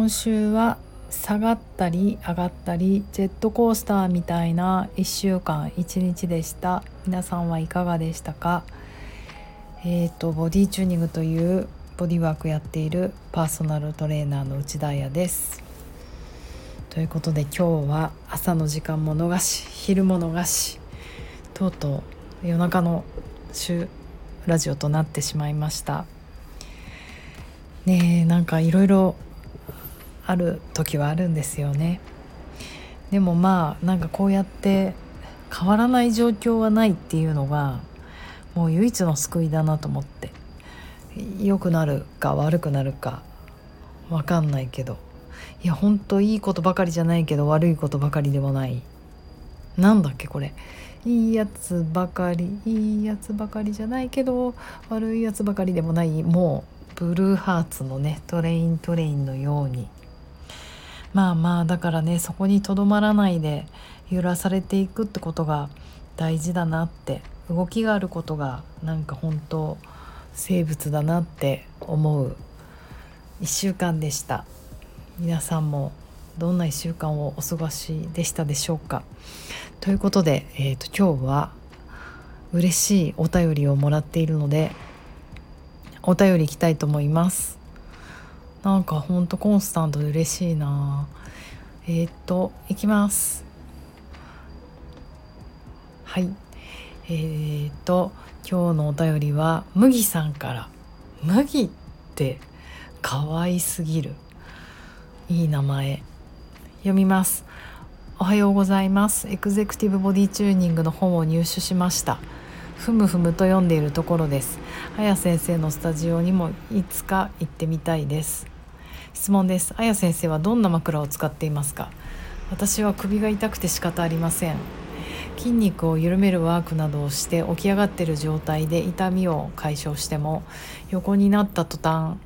今週は下がったり上がったりジェットコースターみたいな1週間1日でした。皆さんはいかがでしたか？ボディチューニングというボディワークやっているパーソナルトレーナーの内田彩です。ということで今日は朝の時間も逃し昼も逃しとうとう夜中のラジオとなってしまいましたね。なんかいろいろある時はあるんですよね。でもなんかこうやって変わらない状況はないっていうのがもう唯一の救いだなと思って、良くなるか悪くなるか分かんないけど、いや本当いいことばかりじゃないけど悪いことばかりでもない、なんだっけこれ、いいやつばかりじゃないけど悪いやつばかりでもない、もうブルーハーツのねトレインのように、だからね、そこにとどまらないで揺らされていくってことが大事だなって、動きがあることがなんか本当生物だなって思う1週間でした。皆さんもどんな1週間をお過ごしでしたでしょうか？ということで、今日は嬉しいお便りをもらっているのでお便りいきたいと思います。なんかほんとコンスタントで嬉しいな。いきます。はい。今日のお便りは麦さんから。麦って可愛すぎる、いい名前。読みます。おはようございます。エグゼクティブボディチューニングの本を入手しました。ふむふむと読んでいるところです。綾先生のスタジオにもいつか行ってみたいです。質問です。綾先生はどんな枕を使っていますか？私は首が痛くて仕方ありません。筋肉を緩めるワークなどをして起き上がっている状態で痛みを解消しても、横になった途端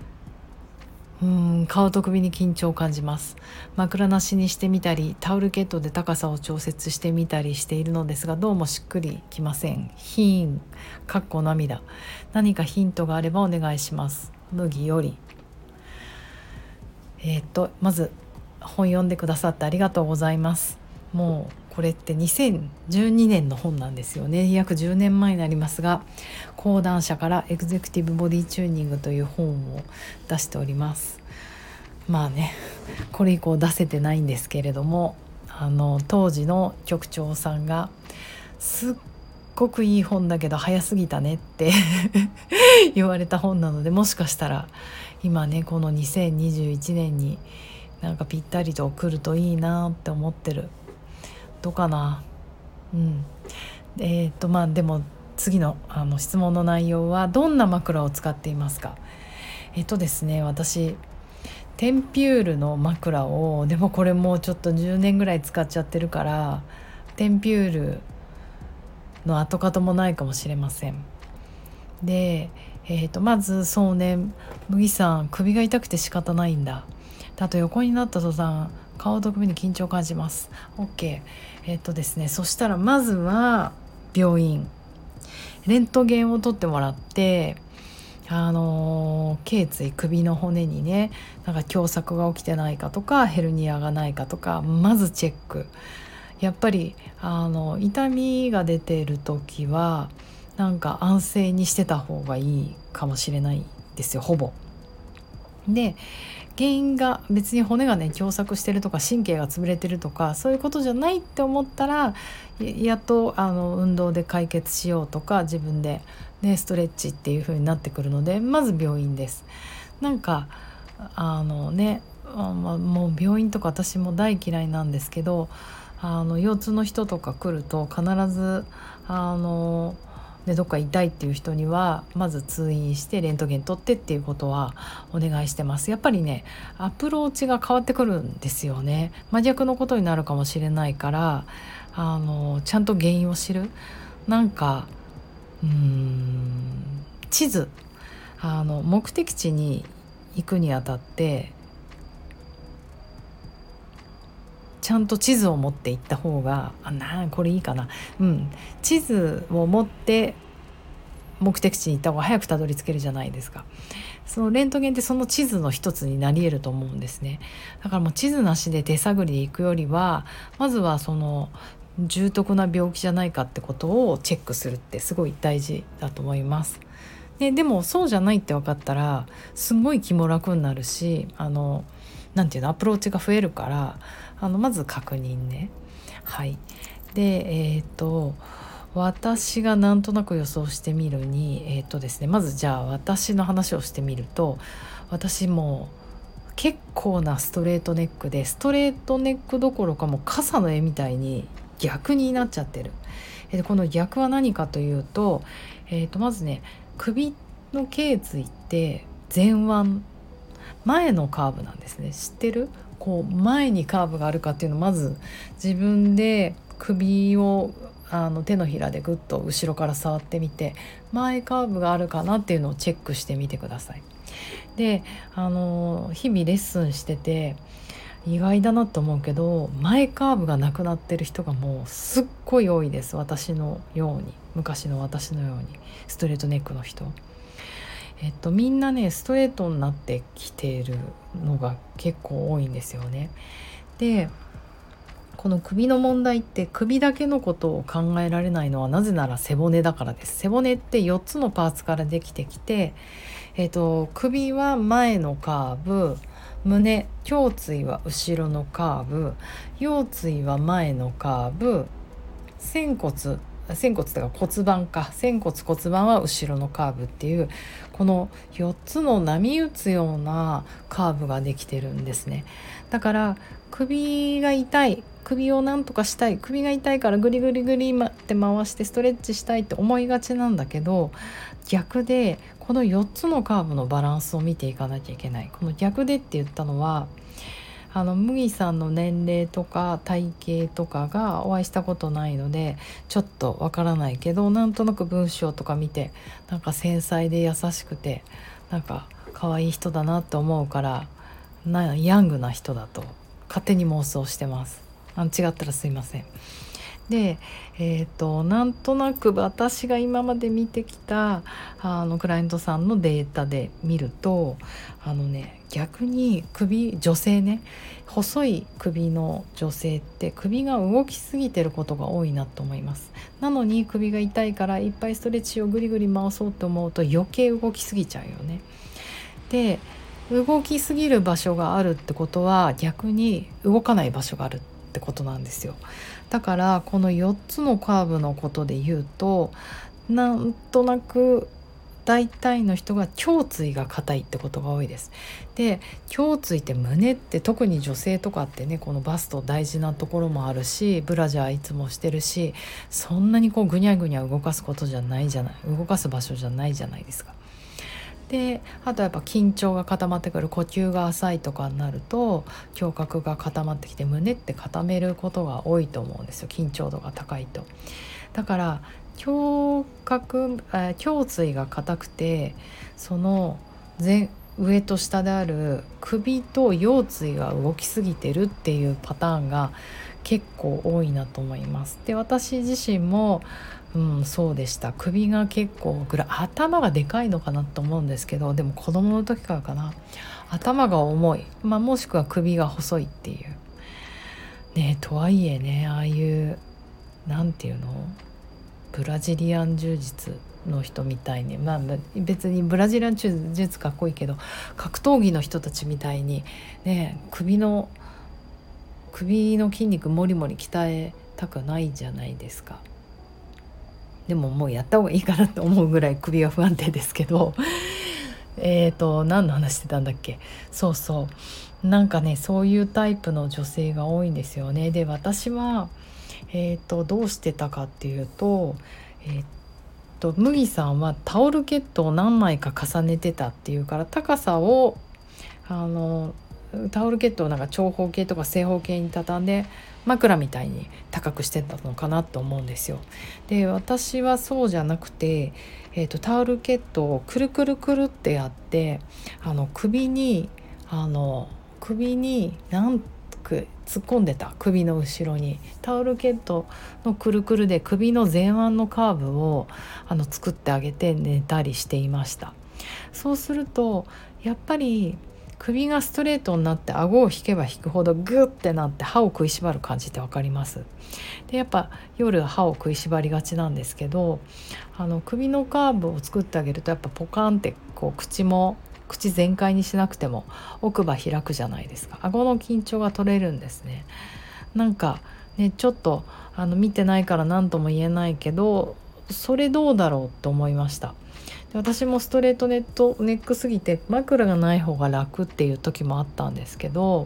顔と首に緊張を感じます。枕なしにしてみたりタオルケットで高さを調節してみたりしているのですが、どうもしっくりきません。涙。何かヒントがあればお願いします。麦より。まず本読んでくださってありがとうございます。もうこれって2012年の本なんですよね。約10年前になりますが、講談社からエグゼクティブボディチューニングという本を出しております。これ以降出せてないんですけれども、当時の局長さんがすっごくいい本だけど早すぎたねって言われた本なので、もしかしたら今ねこの2021年になんかぴったりと来るといいなって思ってる。どうかな。でも次の質問の内容はどんな枕を使っていますか？ですね、私テンピュールの枕を、でもこれもうちょっと10年ぐらい使っちゃってるからテンピュールの跡形もないかもしれません。で、まずそうね、麦さん首が痛くて仕方ないんだ。あと横になった途端顔と首に緊張を感じます。 OK。 ですね、そしたらまずは病院レントゲンを取ってもらって、頸椎首の骨にねなんか狭窄が起きてないかとかヘルニアがないかとかまずチェック。やっぱり痛みが出てる時はなんか安静にしてた方がいいかもしれないですよ、ほぼ。で、原因が別に骨がね狭窄してるとか神経が潰れてるとかそういうことじゃないって思ったら、やっと運動で解決しようとか自分で、ね、ストレッチっていう風になってくるので、まず病院です。なんかもう病院とか私も大嫌いなんですけど、腰痛の人とか来ると必ずどっか痛いっていう人にはまず通院してレントゲン取ってっていうことはお願いしてます。やっぱりねアプローチが変わってくるんですよね。真逆のことになるかもしれないからちゃんと原因を知る。なんか地図目的地に行くにあたってちゃんと地図を持って行った方がこれいいかな。地図を持って目的地に行った方が早くたどり着けるじゃないですか。そのレントゲンってその地図の一つになり得ると思うんですね。だからもう地図なしで手探りで行くよりは、まずはその重篤な病気じゃないかってことをチェックするってすごい大事だと思います。でもそうじゃないって分かったらすごい気も楽になるし、なんていうの、アプローチが増えるから、まず確認ね。はい。で私がなんとなく予想してみるにですね、まずじゃあ私の話をしてみると、私も結構なストレートネックで、ストレートネックどころかもう傘の絵みたいに逆になっちゃってる。この逆は何かというと、まずね、首の頸椎って前腕、前のカーブなんですね。知ってる？こう前にカーブがあるかっていうのをまず自分で首を手のひらでグッと後ろから触ってみて、前カーブがあるかなっていうのをチェックしてみてください。で日々レッスンしてて意外だなと思うけど、前カーブがなくなってる人がもうすっごい多いです。私のように、昔の私のようにストレートネックの人、みんなねストレートになってきているのが結構多いんですよね。でこの首の問題って首だけのことを考えられないのはなぜなら背骨だからです。背骨って4つのパーツからできてきて、首は前のカーブ、胸、胸椎は後ろのカーブ、腰椎は前のカーブ、仙骨っていうか骨盤か、仙骨骨盤は後ろのカーブっていう、この4つの波打つようなカーブができてるんですね。だから首が痛い、首をなんとかしたい、首が痛いからグリグリグリって回してストレッチしたいって思いがちなんだけど、逆でこの4つのカーブのバランスを見ていかなきゃいけない。この逆でって言ったのは、麦さんの年齢とか体型とかがお会いしたことないのでちょっとわからないけど、なんとなく文章とか見てなんか繊細で優しくてなんか可愛い人だなと思うから、ヤングな人だと勝手に妄想してます。違ったらすいません。で、なんとなく私が今まで見てきたクライアントさんのデータで見ると逆に女性ね、細い首の女性って首が動きすぎてることが多いなと思います。なのに首が痛いからいっぱいストレッチをグリグリ回そうと思うと余計動きすぎちゃうよね。で動きすぎる場所があるってことは逆に動かない場所があるってことなんですよ。だからこの4つのカーブのことで言うと、なんとなく大体の人が胸椎が硬いってことが多いです。で胸椎って胸って特に女性とかってね、このバスト大事なところもあるし、ブラジャーいつもしてるし、そんなにこうぐにゃぐにゃ動かすことじゃないじゃない、動かす場所じゃないじゃないですか。であとやっぱ緊張が固まってくる、呼吸が浅いとかになると胸郭が固まってきて胸って固めることが多いと思うんですよ、緊張度が高いと。だから胸椎が硬くて、その上と下である首と腰椎が動きすぎてるっていうパターンが結構多いなと思います。で私自身もそうでした。首が結構頭がでかいのかなと思うんですけど、でも子供の時からかな、頭が重い、もしくは首が細いっていうね。とはいえね、ああいうなんていうの、ブラジリアン柔術の人みたいに、別にブラジリアン柔術かっこいいけど、格闘技の人たちみたいにね、首の筋肉もりもり鍛えたくないじゃないですか。でももうやった方がいいかなと思うぐらい首が不安定ですけど何の話してたんだっけ。なんかね、そういうタイプの女性が多いんですよね。で私はどうしてたかっていうと、麦さんはタオルケットを何枚か重ねてたっていうから、高さをタオルケットをなんか長方形とか正方形に畳んで枕みたいに高くしてたのかなと思うんですよ。で私はそうじゃなくて、タオルケットをくるくるくるってやって首になんく突っ込んでた首の後ろにタオルケットのくるくるで首の前腕のカーブを作ってあげて寝たりしていました。そうするとやっぱり首がストレートになって顎を引けば引くほどグッてなって歯を食いしばる感じって分かります？でやっぱ夜歯を食いしばりがちなんですけど、首のカーブを作ってあげるとやっぱポカンってこう口全開にしなくても奥歯開くじゃないですか。顎の緊張が取れるんですね。なんかねちょっと見てないから何とも言えないけど、それどうだろうと思いました。で私もストレートネックすぎて枕がない方が楽っていう時もあったんですけど、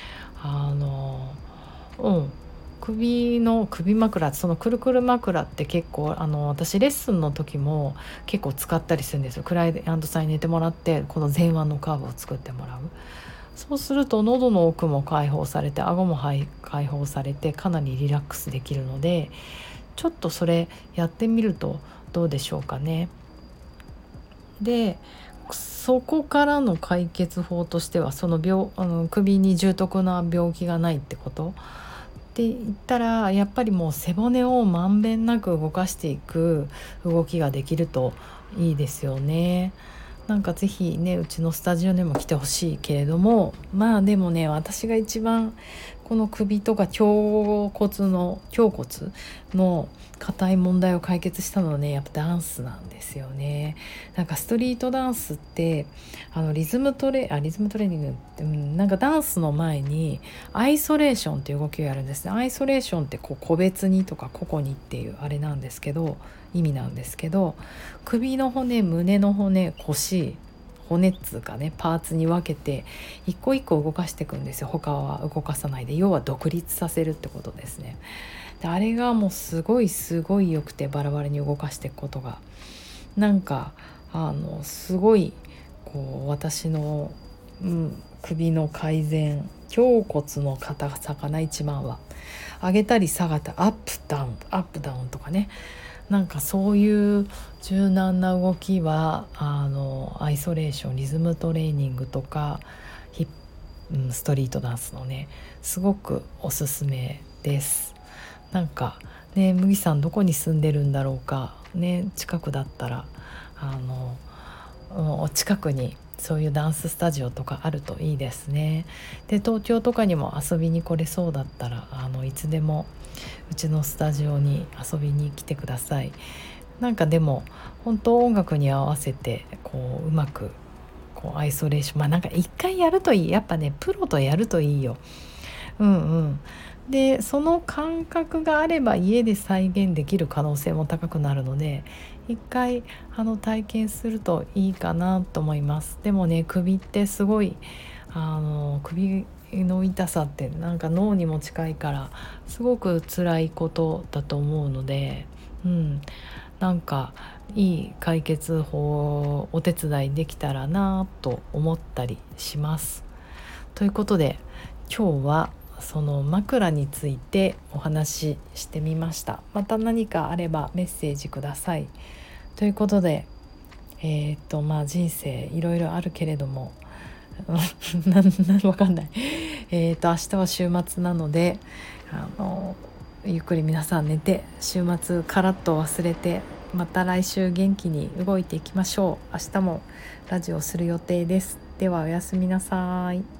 首枕、そのくるくる枕って結構私レッスンの時も結構使ったりするんですよ。クライアントさんに寝てもらってこの前腕のカーブを作ってもらう。そうすると喉の奥も解放されて顎も解放されてかなりリラックスできるので、ちょっとそれやってみるとどうでしょうかね。でそこからの解決法としては、その首に重篤な病気がないってことって言ったら、やっぱりもう背骨をまんべんなく動かしていく動きができるといいですよね。なんかぜひねうちのスタジオにも来てほしいけれども、まあでもね私が一番この首とか胸骨の硬い問題を解決したのはねやっぱダンスなんですよね。なんかストリートダンスってリズムトレーニングって、なんかダンスの前にアイソレーションっていう動きをやるんですね。アイソレーションってこう個別にとか個々にっていうあれなんですけど、意味なんですけど、首の骨、胸の骨、腰、骨っつうかねパーツに分けて一個一個動かしていくんですよ。他は動かさないで、要は独立させるってことですね。であれがもうすごい良くて、バラバラに動かしていくことがなんかすごいこう私の、首の改善、胸骨の硬さかな一番は。上げたり下がったアップダウンとかね、なんかそういう柔軟な動きはアイソレーション、リズムトレーニングとかストリートダンスのねすごくおすすめです。なんかね麦さんどこに住んでるんだろうかね、近くだったらお近くにそういうダンススタジオとかあるといいですね。で東京とかにも遊びに来れそうだったらいつでもうちのスタジオに遊びに来てください。なんかでも本当音楽に合わせてこううまくこうアイソレーション、なんか一回やるといい、やっぱねプロとやるといいよ。でその感覚があれば家で再現できる可能性も高くなるので、一回体験するといいかなと思います。でもね首ってすごい首の痛さってなんか脳にも近いからすごく辛いことだと思うので、なんかいい解決法お手伝いできたらなと思ったりします。ということで今日はその枕についてお話ししてみました。また何かあればメッセージください。ということで人生いろいろあるけれどもわかんない明日は週末なのでゆっくり皆さん寝て、週末カラッと忘れてまた来週元気に動いていきましょう。明日もラジオする予定です。ではおやすみなさい。